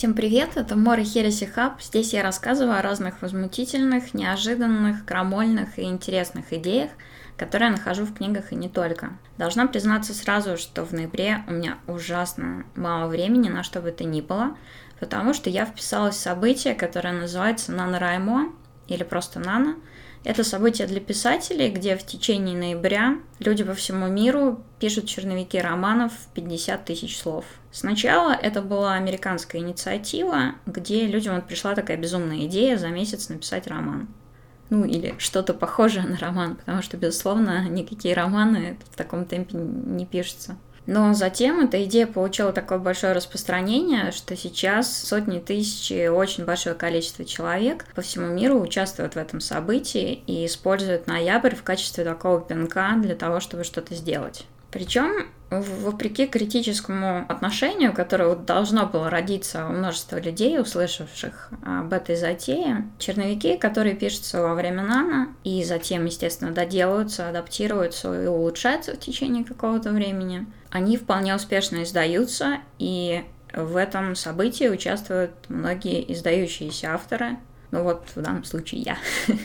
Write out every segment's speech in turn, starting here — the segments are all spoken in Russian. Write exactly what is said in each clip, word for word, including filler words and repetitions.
Всем привет, это Мора Хереси Хаб. Здесь я рассказываю о разных возмутительных, неожиданных, крамольных и интересных идеях, которые я нахожу в книгах и не только. Должна признаться сразу, что в ноябре у меня ужасно мало времени на что бы то ни было, потому что я вписалась в событие, которое называется NaNoWriMo или просто Нано. Это событие для писателей, где в течение ноября люди по всему миру пишут черновики романов в пятьдесят тысяч слов. Сначала это была американская инициатива, где людям вот пришла такая безумная идея за месяц написать роман. Ну, или что-то похожее на роман, потому что, безусловно, никакие романы в таком темпе не пишутся. Но затем эта идея получила такое большое распространение, что сейчас сотни тысяч и очень большое количество человек по всему миру участвуют в этом событии и используют ноябрь в качестве такого пинка для того, чтобы что-то сделать. Причем, вопреки критическому отношению, которое вот должно было родиться у множества людей, услышавших об этой затее, черновики, которые пишутся во время нано и затем, естественно, доделываются, адаптируются и улучшаются в течение какого-то времени, они вполне успешно издаются, и в этом событии участвуют многие издающиеся авторы. Ну вот, в данном случае я.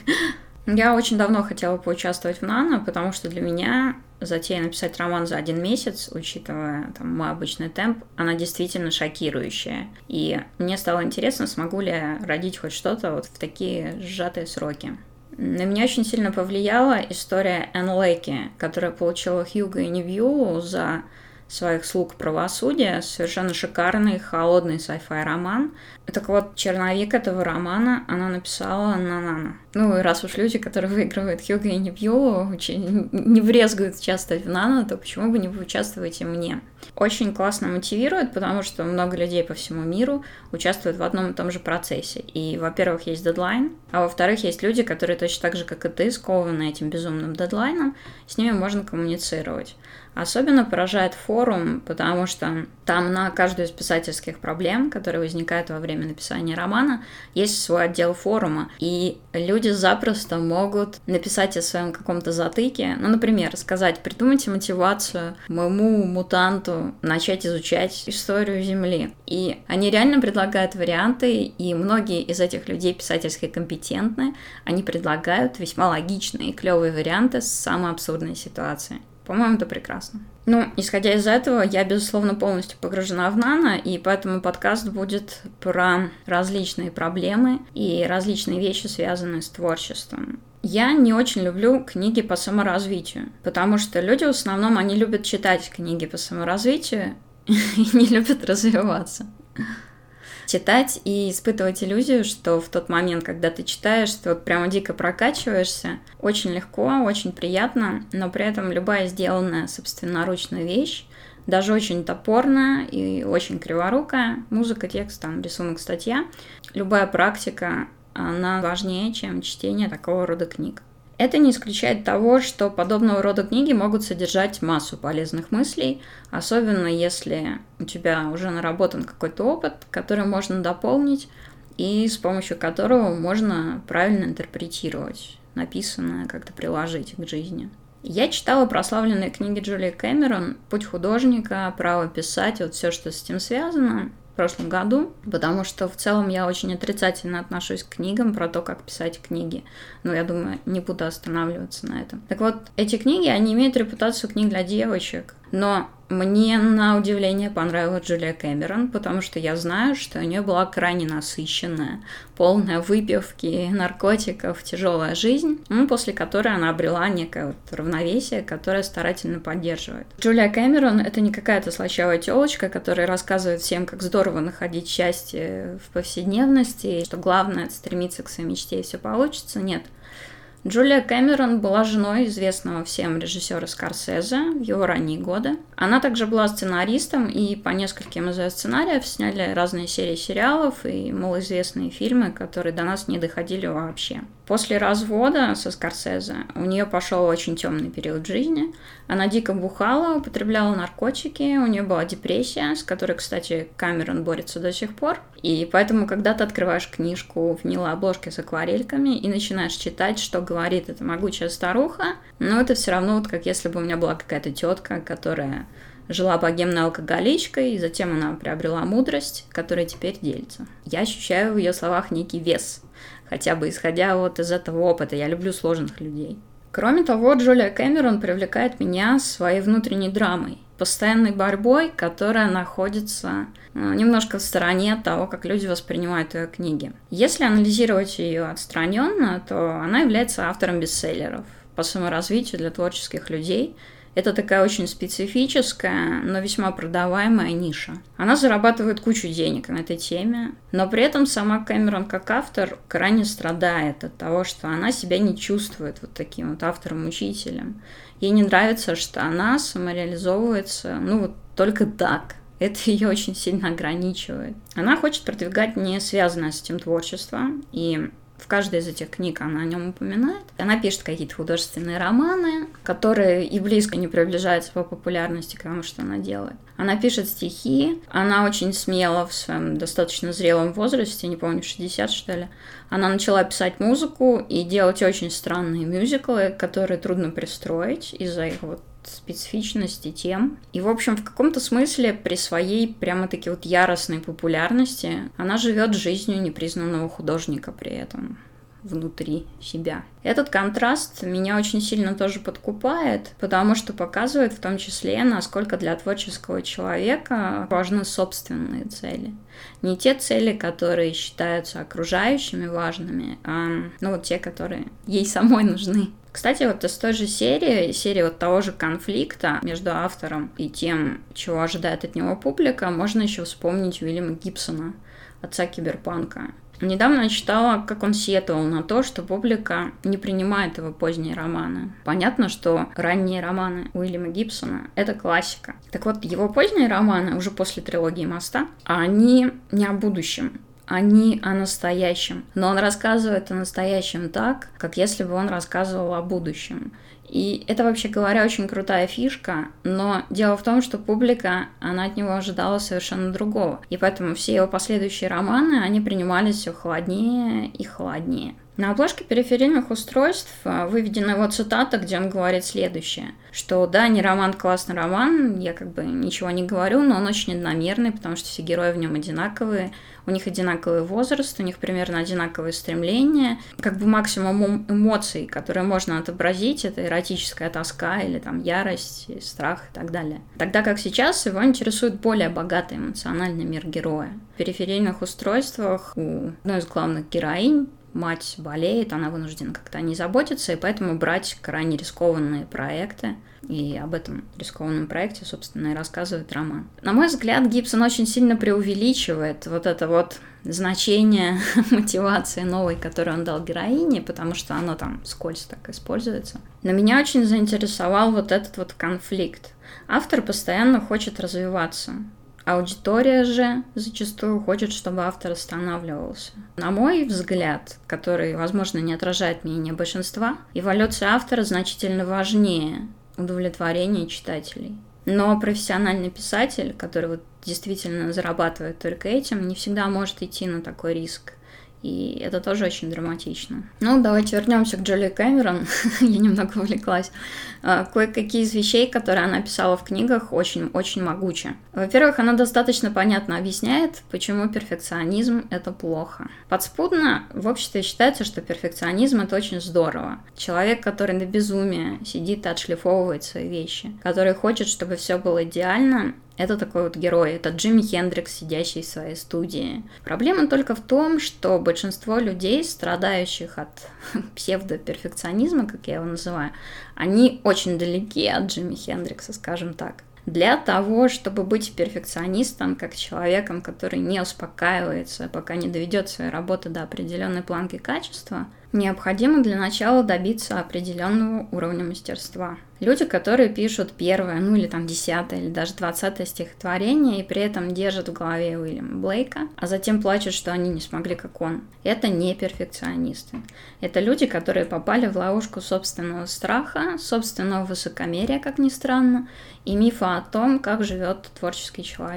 Я очень давно хотела поучаствовать в нано, потому что для меня затея написать роман за один месяц, учитывая там, мой обычный темп, она действительно шокирующая. И мне стало интересно, смогу ли я родить хоть что-то вот в такие сжатые сроки. На меня очень сильно повлияла история Энн Леки, которая получила Хьюго и Небьюлу за своих «Слуг правосудия», совершенно шикарный, холодный sci-fi роман. Так вот, черновик этого романа она написала на нано. Ну и раз уж люди, которые выигрывают Хьюго и Небьюлу, не брезгуют участвовать в нано, то почему бы не поучаствовать и мне? Очень классно мотивирует, потому что много людей по всему миру участвуют в одном и том же процессе. И, во-первых, есть дедлайн, а во-вторых, есть люди, которые точно так же, как и ты, скованы этим безумным дедлайном, с ними можно коммуницировать. Особенно поражает форум, потому что там на каждую из писательских проблем, которые возникают во время написания романа, есть свой отдел форума, и люди запросто могут написать о своем каком-то затыке, ну, например, сказать: придумайте мотивацию моему мутанту начать изучать историю Земли. И они реально предлагают варианты, и многие из этих людей писательски компетентны, они предлагают весьма логичные и клевые варианты с самой абсурдной ситуации. По-моему, это прекрасно. Ну, исходя из этого, я, безусловно, полностью погружена в нано, и поэтому подкаст будет про различные проблемы и различные вещи, связанные с творчеством. Я не очень люблю книги по саморазвитию, потому что люди в основном, они любят читать книги по саморазвитию и не любят развиваться. Читать и испытывать иллюзию, что в тот момент, когда ты читаешь, ты вот прямо дико прокачиваешься. Очень легко, очень приятно, но при этом любая сделанная собственноручно вещь, даже очень топорная и очень криворукая, музыка, текст, там, рисунок, статья, любая практика, она важнее, чем чтение такого рода книг. Это не исключает того, что подобного рода книги могут содержать массу полезных мыслей, особенно если у тебя уже наработан какой-то опыт, который можно дополнить и с помощью которого можно правильно интерпретировать написанное, как-то приложить к жизни. Я читала прославленные книги Джулии Кэмерон «Путь художника», «Право писать», вот все, что с этим связано, в прошлом году, потому что в целом я очень отрицательно отношусь к книгам про то, как писать книги. Но я думаю, не буду останавливаться на этом. Так вот, эти книги, они имеют репутацию книг для девочек, но мне на удивление понравилась Джулия Кэмерон, потому что я знаю, что у нее была крайне насыщенная, полная выпивки, наркотиков, тяжелая жизнь, после которой она обрела некое вот равновесие, которое старательно поддерживает. Джулия Кэмерон — это не какая-то слащавая тёлочка, которая рассказывает всем, как здорово находить счастье в повседневности, и что главное — это стремиться к своей мечте, и все получится. Нет. Джулия Кэмерон была женой известного всем режиссера Скорсезе в его ранние годы. Она также была сценаристом, и по нескольким из ее сценариев сняли разные серии сериалов и малоизвестные фильмы, которые до нас не доходили вообще. После развода со Скорсезе у нее пошел очень темный период жизни. Она дико бухала, употребляла наркотики, у нее была депрессия, с которой, кстати, Кэмерон борется до сих пор. И поэтому, когда ты открываешь книжку в милой обложке с акварельками и начинаешь читать, что говорит эта могучая старуха, но это все равно вот как если бы у меня была какая-то тетка, которая жила богемной алкоголичкой, и затем она приобрела мудрость, которая теперь делится. Я ощущаю в ее словах некий вес, хотя бы исходя вот из этого опыта. Я люблю сложных людей. Кроме того, Джулия Кэмерон привлекает меня своей внутренней драмой, постоянной борьбой, которая находится ну, немножко в стороне от того, как люди воспринимают ее книги. Если анализировать ее отстраненно, то она является автором бестселлеров по саморазвитию для творческих людей. Это такая очень специфическая, но весьма продаваемая ниша. Она зарабатывает кучу денег на этой теме, но при этом сама Кэмерон как автор крайне страдает от того, что она себя не чувствует вот таким вот автором-учителем. Ей не нравится, что она самореализовывается, ну вот только так. Это ее очень сильно ограничивает. Она хочет продвигать не связанное с этим творчество, и в каждой из этих книг она о нем упоминает. Она пишет какие-то художественные романы, которые и близко не приближаются по популярности к тому, что она делает. Она пишет стихи, она очень смела в своем достаточно зрелом возрасте, не помню, шестьдесят что ли. Она начала писать музыку и делать очень странные мюзиклы, которые трудно пристроить из-за их вот специфичности тем. И, в общем, в каком-то смысле при своей прямо-таки вот яростной популярности она живет жизнью непризнанного художника при этом внутри себя. Этот контраст меня очень сильно тоже подкупает, потому что показывает в том числе, насколько для творческого человека важны собственные цели. Не те цели, которые считаются окружающими важными, а ну, вот те, которые ей самой нужны. Кстати, вот из той же серии, серии вот того же конфликта между автором и тем, чего ожидает от него публика, можно еще вспомнить Уильяма Гибсона, отца киберпанка. Недавно я читала, как он сетовал на то, что публика не принимает его поздние романы. Понятно, что ранние романы Уильяма Гибсона — это классика. Так вот, его поздние романы, уже после трилогии «Моста», они не о будущем. Они о настоящем. Но он рассказывает о настоящем так, как если бы он рассказывал о будущем. И это, вообще говоря, очень крутая фишка, но дело в том, что публика, она от него ожидала совершенно другого. И поэтому все его последующие романы, они принимались все холоднее и холоднее. На обложке периферийных устройств выведена его цитата, где он говорит следующее, что да, не роман, классный роман, я как бы ничего не говорю, но он очень одномерный, потому что все герои в нем одинаковые, у них одинаковый возраст, у них примерно одинаковые стремления, как бы максимум эмоций, которые можно отобразить, это эротическая тоска или там ярость, страх и так далее. Тогда как сейчас его интересует более богатый эмоциональный мир героя. В периферийных устройствах у одной из главных героинь мать болеет, она вынуждена как-то о ней заботиться, и поэтому брать крайне рискованные проекты. И об этом рискованном проекте, собственно, и рассказывает роман. На мой взгляд, Гибсон очень сильно преувеличивает вот это вот значение мотивации новой, которую он дал героине, потому что оно там скользь так используется. Но меня очень заинтересовал вот этот вот конфликт. Автор постоянно хочет развиваться. Аудитория же зачастую хочет, чтобы автор останавливался. На мой взгляд, который, возможно, не отражает мнение большинства, эволюция автора значительно важнее удовлетворения читателей. Но профессиональный писатель, который вот действительно зарабатывает только этим, не всегда может идти на такой риск. И это тоже очень драматично. Ну, давайте вернемся к Джулии Кэмерон. Я немного увлеклась. Кое-какие из вещей, которые она писала в книгах, очень-очень могучи. Во-первых, она достаточно понятно объясняет, почему перфекционизм — это плохо. Подспудно в обществе считается, что перфекционизм — это очень здорово. Человек, который до безумия сидит и отшлифовывает свои вещи, который хочет, чтобы все было идеально, это такой вот герой, это Джимми Хендрикс, сидящий в своей студии. Проблема только в том, что большинство людей, страдающих от псевдоперфекционизма, как я его называю, они очень далеки от Джимми Хендрикса, скажем так. Для того, чтобы быть перфекционистом, как человеком, который не успокаивается, пока не доведет свою работу до определенной планки качества, необходимо для начала добиться определенного уровня мастерства. Люди, которые пишут первое, ну или там десятое, или даже двадцатое стихотворение, и при этом держат в голове Уильяма Блейка, а затем плачут, что они не смогли, как он. Это не перфекционисты. Это люди, которые попали в ловушку собственного страха, собственного высокомерия, как ни странно, и мифа о том, как живет творческий человек.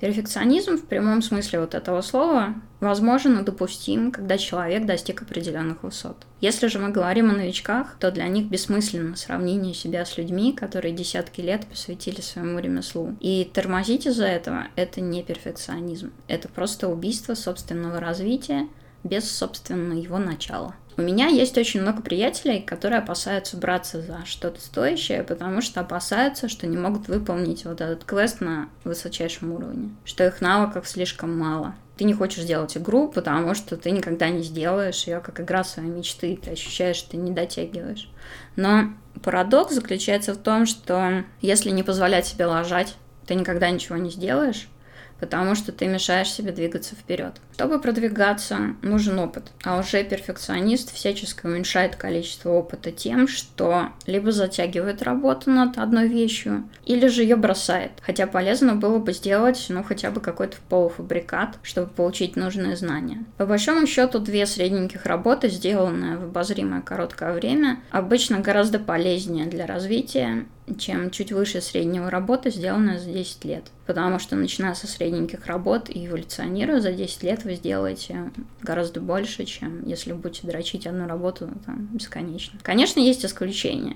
Перфекционизм в прямом смысле вот этого слова возможен и допустим, когда человек достиг определенных высот. Если же мы говорим о новичках, то для них бессмысленно сравнение себя с людьми, которые десятки лет посвятили своему ремеслу. И тормозить из-за этого – это не перфекционизм. Это просто убийство собственного развития без, собственно, его начала. У меня есть очень много приятелей, которые опасаются браться за что-то стоящее, потому что опасаются, что не могут выполнить вот этот квест на высочайшем уровне, что их навыков слишком мало. Ты не хочешь делать игру, потому что ты никогда не сделаешь ее как игра своей мечты, ты ощущаешь, что ты не дотягиваешь. Но парадокс заключается в том, что если не позволять себе лажать, ты никогда ничего не сделаешь, потому что ты мешаешь себе двигаться вперед. Чтобы продвигаться, нужен опыт. А уже перфекционист всячески уменьшает количество опыта тем, что либо затягивает работу над одной вещью, или же ее бросает. Хотя полезно было бы сделать, ну, хотя бы какой-то полуфабрикат, чтобы получить нужные знания. По большому счету, две средненьких работы, сделанные в обозримое короткое время, обычно гораздо полезнее для развития, чем чуть выше среднего работа, сделанная за десять лет. Потому что, начиная со средненьких работ и эволюционируя, за десять лет вы сделаете гораздо больше, чем если будете дрочить одну работу там, бесконечно. Конечно, есть исключения,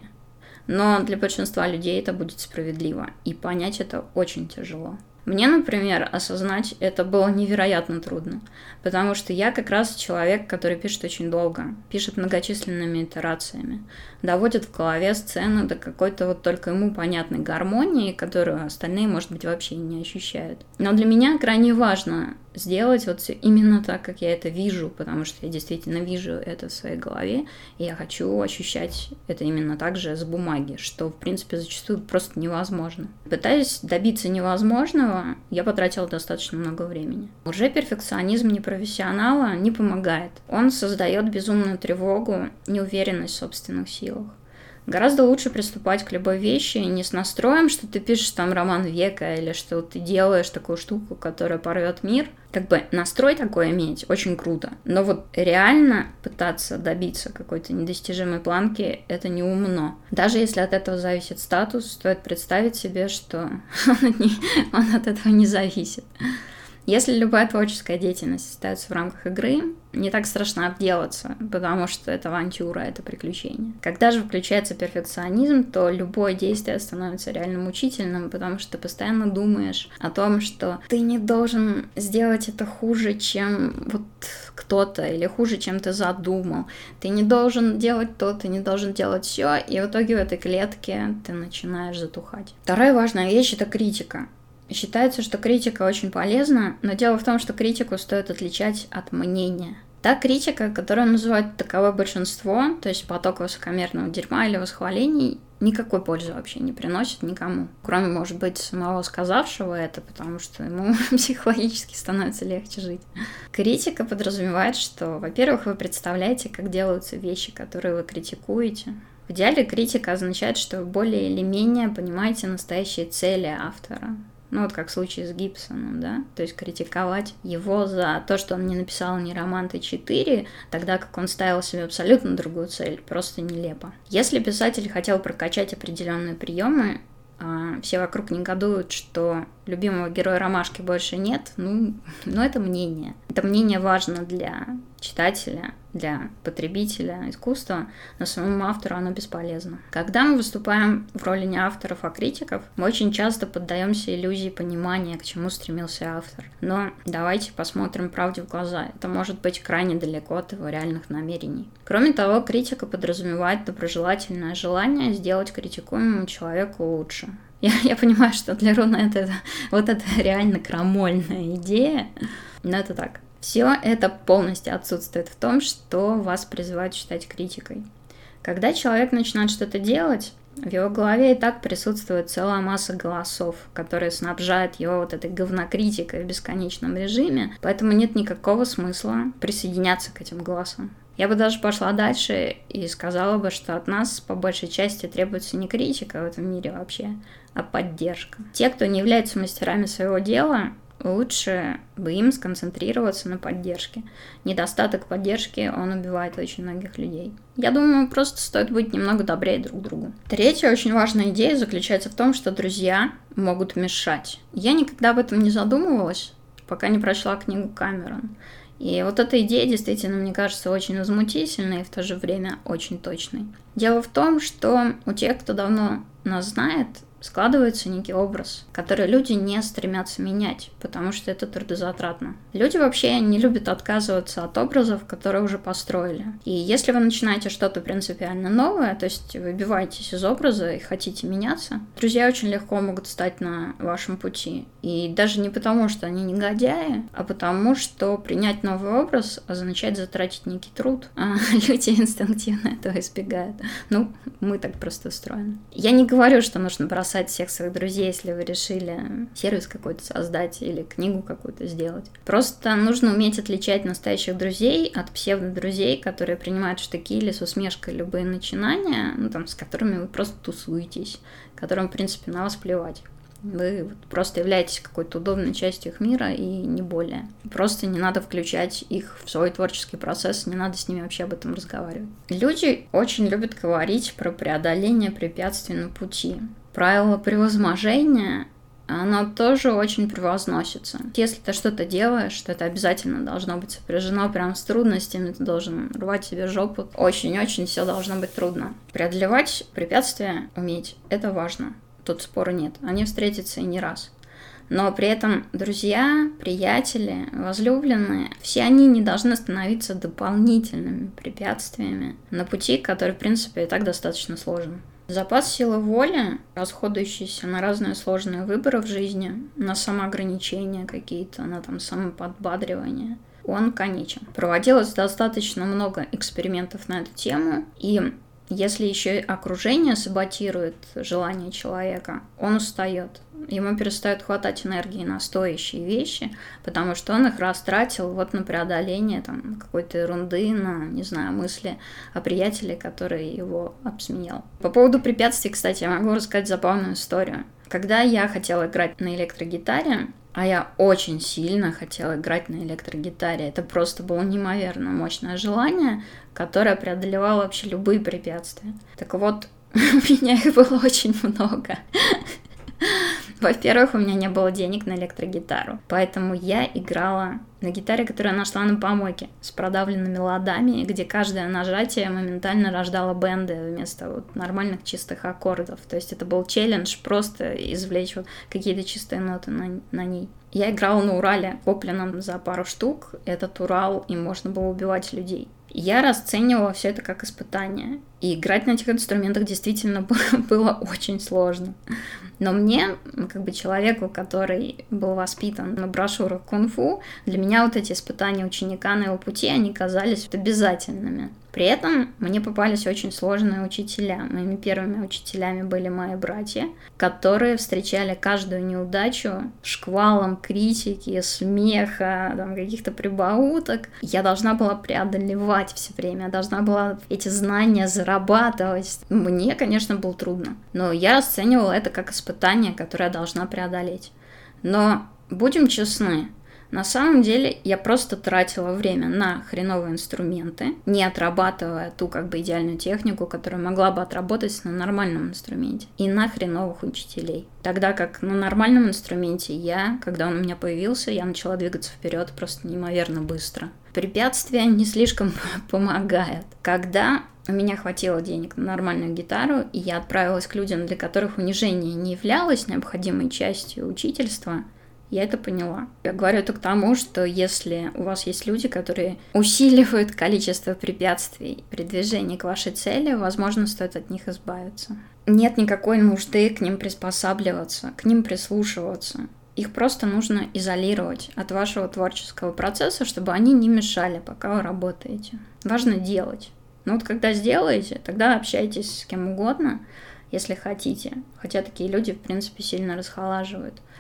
но для большинства людей это будет справедливо, и понять это очень тяжело. Мне, например, осознать это было невероятно трудно, потому что я как раз человек, который пишет очень долго, пишет многочисленными итерациями, доводит в голове сцену до какой-то вот только ему понятной гармонии, которую остальные, может быть, вообще не ощущают. Но для меня крайне важно сделать вот все именно так, как я это вижу, потому что я действительно вижу это в своей голове, и я хочу ощущать это именно так же с бумаги, что, в принципе, зачастую просто невозможно. Пытаясь добиться невозможного, я потратила достаточно много времени. Уже перфекционизм непрофессионала не помогает. Он создает безумную тревогу, неуверенность в собственных силах. Гораздо лучше приступать к любой вещи не с настроем, что ты пишешь там роман века или что ты делаешь такую штуку, которая порвет мир. Как бы настрой такой иметь очень круто. Но вот реально пытаться добиться какой-то недостижимой планки – это неумно. Даже если от этого зависит статус, стоит представить себе, что он от этого не зависит. Если любая творческая деятельность остается в рамках игры, не так страшно обделаться, потому что это авантюра, это приключение. Когда же включается перфекционизм, то любое действие становится реально мучительным, потому что ты постоянно думаешь о том, что ты не должен сделать это хуже, чем вот кто-то, или хуже, чем ты задумал. Ты не должен делать то, ты не должен делать все, и в итоге в этой клетке ты начинаешь затухать. Вторая важная вещь — это критика. Считается, что критика очень полезна, но дело в том, что критику стоит отличать от мнения. Та критика, которую называют таковое большинство, то есть поток высокомерного дерьма или восхвалений, никакой пользы вообще не приносит никому. Кроме, может быть, самого сказавшего это, потому что ему психологически становится легче жить. Критика подразумевает, что, во-первых, вы представляете, как делаются вещи, которые вы критикуете. В идеале критика означает, что вы более или менее понимаете настоящие цели автора. Ну, вот как в случае с Гибсоном, да? То есть критиковать его за то, что он не написал «Нейроманты четыре», тогда как он ставил себе абсолютно другую цель, просто нелепо. Если писатель хотел прокачать определенные приемы, а все вокруг негодуют, что любимого героя Ромашки больше нет, ну, ну, это мнение. Это мнение важно для читателя, для потребителя искусства, но самому автору оно бесполезно. Когда мы выступаем в роли не авторов, а критиков, мы очень часто поддаемся иллюзии понимания, к чему стремился автор. Но давайте посмотрим правде в глаза. Это может быть крайне далеко от его реальных намерений. Кроме того, критика подразумевает доброжелательное желание сделать критикуемому человеку лучше. Я, я понимаю, что для Руна это, это, вот это реально крамольная идея, но это так. Все это полностью отсутствует в том, что вас призывают считать критикой. Когда человек начинает что-то делать, в его голове и так присутствует целая масса голосов, которые снабжают его вот этой говнокритикой в бесконечном режиме, поэтому нет никакого смысла присоединяться к этим голосам. Я бы даже пошла дальше и сказала бы, что от нас по большей части требуется не критика в этом мире вообще, а поддержка. Те, кто не являются мастерами своего дела, лучше бы им сконцентрироваться на поддержке. Недостаток поддержки, он убивает очень многих людей. Я думаю, просто стоит быть немного добрее друг другу. Третья очень важная идея заключается в том, что друзья могут мешать. Я никогда об этом не задумывалась, пока не прочла книгу Камерон. И вот эта идея действительно, мне кажется, очень возмутительной и в то же время очень точной. Дело в том, что у тех, кто давно нас знает, складывается некий образ, который люди не стремятся менять, потому что это трудозатратно. Люди вообще не любят отказываться от образов, которые уже построили. И если вы начинаете что-то принципиально новое, то есть выбиваетесь из образа и хотите меняться, друзья очень легко могут стать на вашем пути. И даже не потому, что они негодяи, а потому, что принять новый образ означает затратить некий труд. А люди инстинктивно этого избегают. Ну, мы так просто устроены. Я не говорю, что нужно бросать всех своих друзей, если вы решили сервис какой-то создать или книгу какую-то сделать. Просто нужно уметь отличать настоящих друзей от псевдодрузей, которые принимают в штыки или с усмешкой любые начинания, ну, там, с которыми вы просто тусуетесь, которым, в принципе, на вас плевать. Вы просто являетесь какой-то удобной частью их мира и не более. Просто не надо включать их в свой творческий процесс, не надо с ними вообще об этом разговаривать. Люди очень любят говорить про преодоление препятствий на пути. Правило превозможения, оно тоже очень превозносится. Если ты что-то делаешь, то это обязательно должно быть сопряжено прям с трудностями, ты должен рвать себе жопу. Очень-очень все должно быть трудно. Преодолевать препятствия уметь, это важно. Тут спора нет, они встретятся и не раз. Но при этом друзья, приятели, возлюбленные, все они не должны становиться дополнительными препятствиями на пути, который, в принципе, и так достаточно сложен. Запас силы воли, расходующийся на разные сложные выборы в жизни, на самоограничения какие-то, на там самоподбадривание, он конечен. Проводилось достаточно много экспериментов на эту тему, и если еще и окружение саботирует желание человека, он устает. Ему перестает хватать энергии на стоящие вещи, потому что он их растратил вот на преодоление там, какой-то ерунды, на, не знаю, мысли о приятеле, который его обсмеял. По поводу препятствий, кстати, я могу рассказать забавную историю. Когда я хотела играть на электрогитаре, а я очень сильно хотела играть на электрогитаре. Это просто было неимоверно мощное желание, которое преодолевало вообще любые препятствия. Так вот, у меня их было очень много. Во-первых, у меня не было денег на электрогитару, поэтому я играла на гитаре, которую я нашла на помойке, с продавленными ладами, где каждое нажатие моментально рождало бенды вместо вот нормальных чистых аккордов. То есть это был челлендж просто извлечь вот какие-то чистые ноты на, на ней. Я играла на Урале, купленном за пару штук. Этот Урал, им можно было убивать людей. Я расценивала все это как испытание. И играть на этих инструментах действительно было очень сложно. Но мне, как бы человеку, который был воспитан на брошюрах кунг-фу, для меня вот эти испытания ученика на его пути, они казались обязательными. При этом мне попались очень сложные учителя. Моими первыми учителями были мои братья, которые встречали каждую неудачу шквалом критики, смеха, там, каких-то прибауток. Я должна была преодолевать все время, я должна была эти знания зарабатывать. Мне, конечно, было трудно, но я расценивала это как испытание, которое я должна преодолеть. Но будем честны, на самом деле я просто тратила время на хреновые инструменты, не отрабатывая ту как бы идеальную технику, которую могла бы отработать на нормальном инструменте, и на хреновых учителей. Тогда как на нормальном инструменте я, когда он у меня появился, я начала двигаться вперед просто неимоверно быстро. Препятствия не слишком помогают. Когда у меня хватило денег на нормальную гитару, и я отправилась к людям, для которых унижение не являлось необходимой частью учительства, я это поняла. Я говорю это к тому, что если у вас есть люди, которые усиливают количество препятствий при движении к вашей цели, возможно, стоит от них избавиться. Нет никакой нужды к ним приспосабливаться, к ним прислушиваться. Их просто нужно изолировать от вашего творческого процесса, чтобы они не мешали, пока вы работаете. Важно делать. Но вот когда сделаете, тогда общайтесь с кем угодно, если хотите. Хотя такие люди, в принципе, сильно расхолаживают.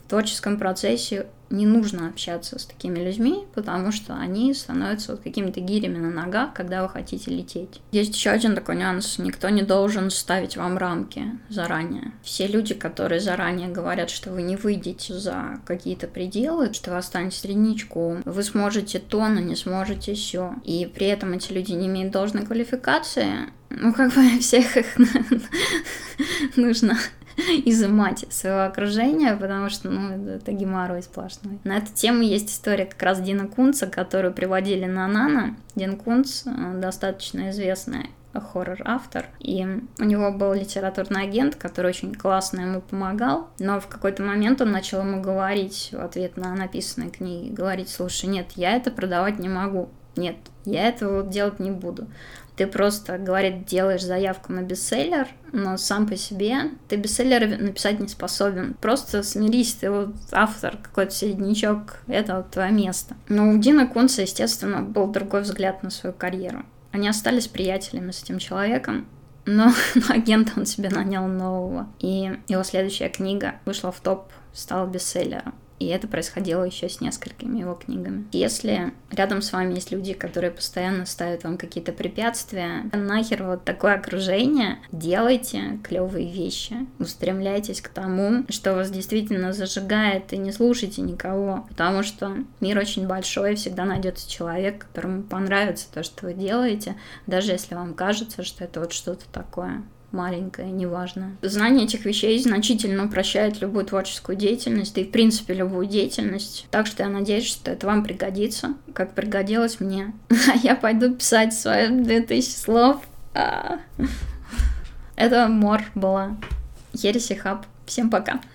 В творческом процессе не нужно общаться с такими людьми, потому что они становятся вот какими-то гирями на ногах, когда вы хотите лететь. Есть еще один такой нюанс. Никто не должен ставить вам рамки заранее. Все люди, которые заранее говорят, что вы не выйдете за какие-то пределы, что вы останетесь среднячком, вы сможете то, но не сможете сё. И при этом эти люди не имеют должной квалификации. Ну, как бы всех их нужно изымать из своего окружения, потому что, ну, это геморрой сплошной. На эту тему есть история как раз Дина Кунца, которую приводили на Нано. Дин Кунц достаточно известный хоррор-автор, и у него был литературный агент, который очень классно ему помогал, но в какой-то момент он начал ему говорить в ответ на написанные книги, говорить: слушай, нет, я это продавать не могу, нет, я этого вот делать не буду. Ты просто, говорит, делаешь заявку на бестселлер, но сам по себе ты бестселлер написать не способен. Просто смирись, ты вот автор, какой-то середнячок, это вот твое место. Но у Дина Кунца, естественно, был другой взгляд на свою карьеру. Они остались приятелями с этим человеком, но агента он себе нанял нового. И его следующая книга вышла в топ, стала бестселлером. И это происходило еще с несколькими его книгами. Если рядом с вами есть люди, которые постоянно ставят вам какие-то препятствия, нахер вот такое окружение, делайте клевые вещи, устремляйтесь к тому, что вас действительно зажигает, и не слушайте никого, потому что мир очень большой, и всегда найдется человек, которому понравится то, что вы делаете, даже если вам кажется, что это вот что-то такое маленькое, неважно. Знание этих вещей значительно упрощает любую творческую деятельность и, в принципе, любую деятельность. Так что я надеюсь, что это вам пригодится, как пригодилось мне. А я пойду писать свои две тысячи слов. Это Мор была. Ереси Хаб. Всем пока.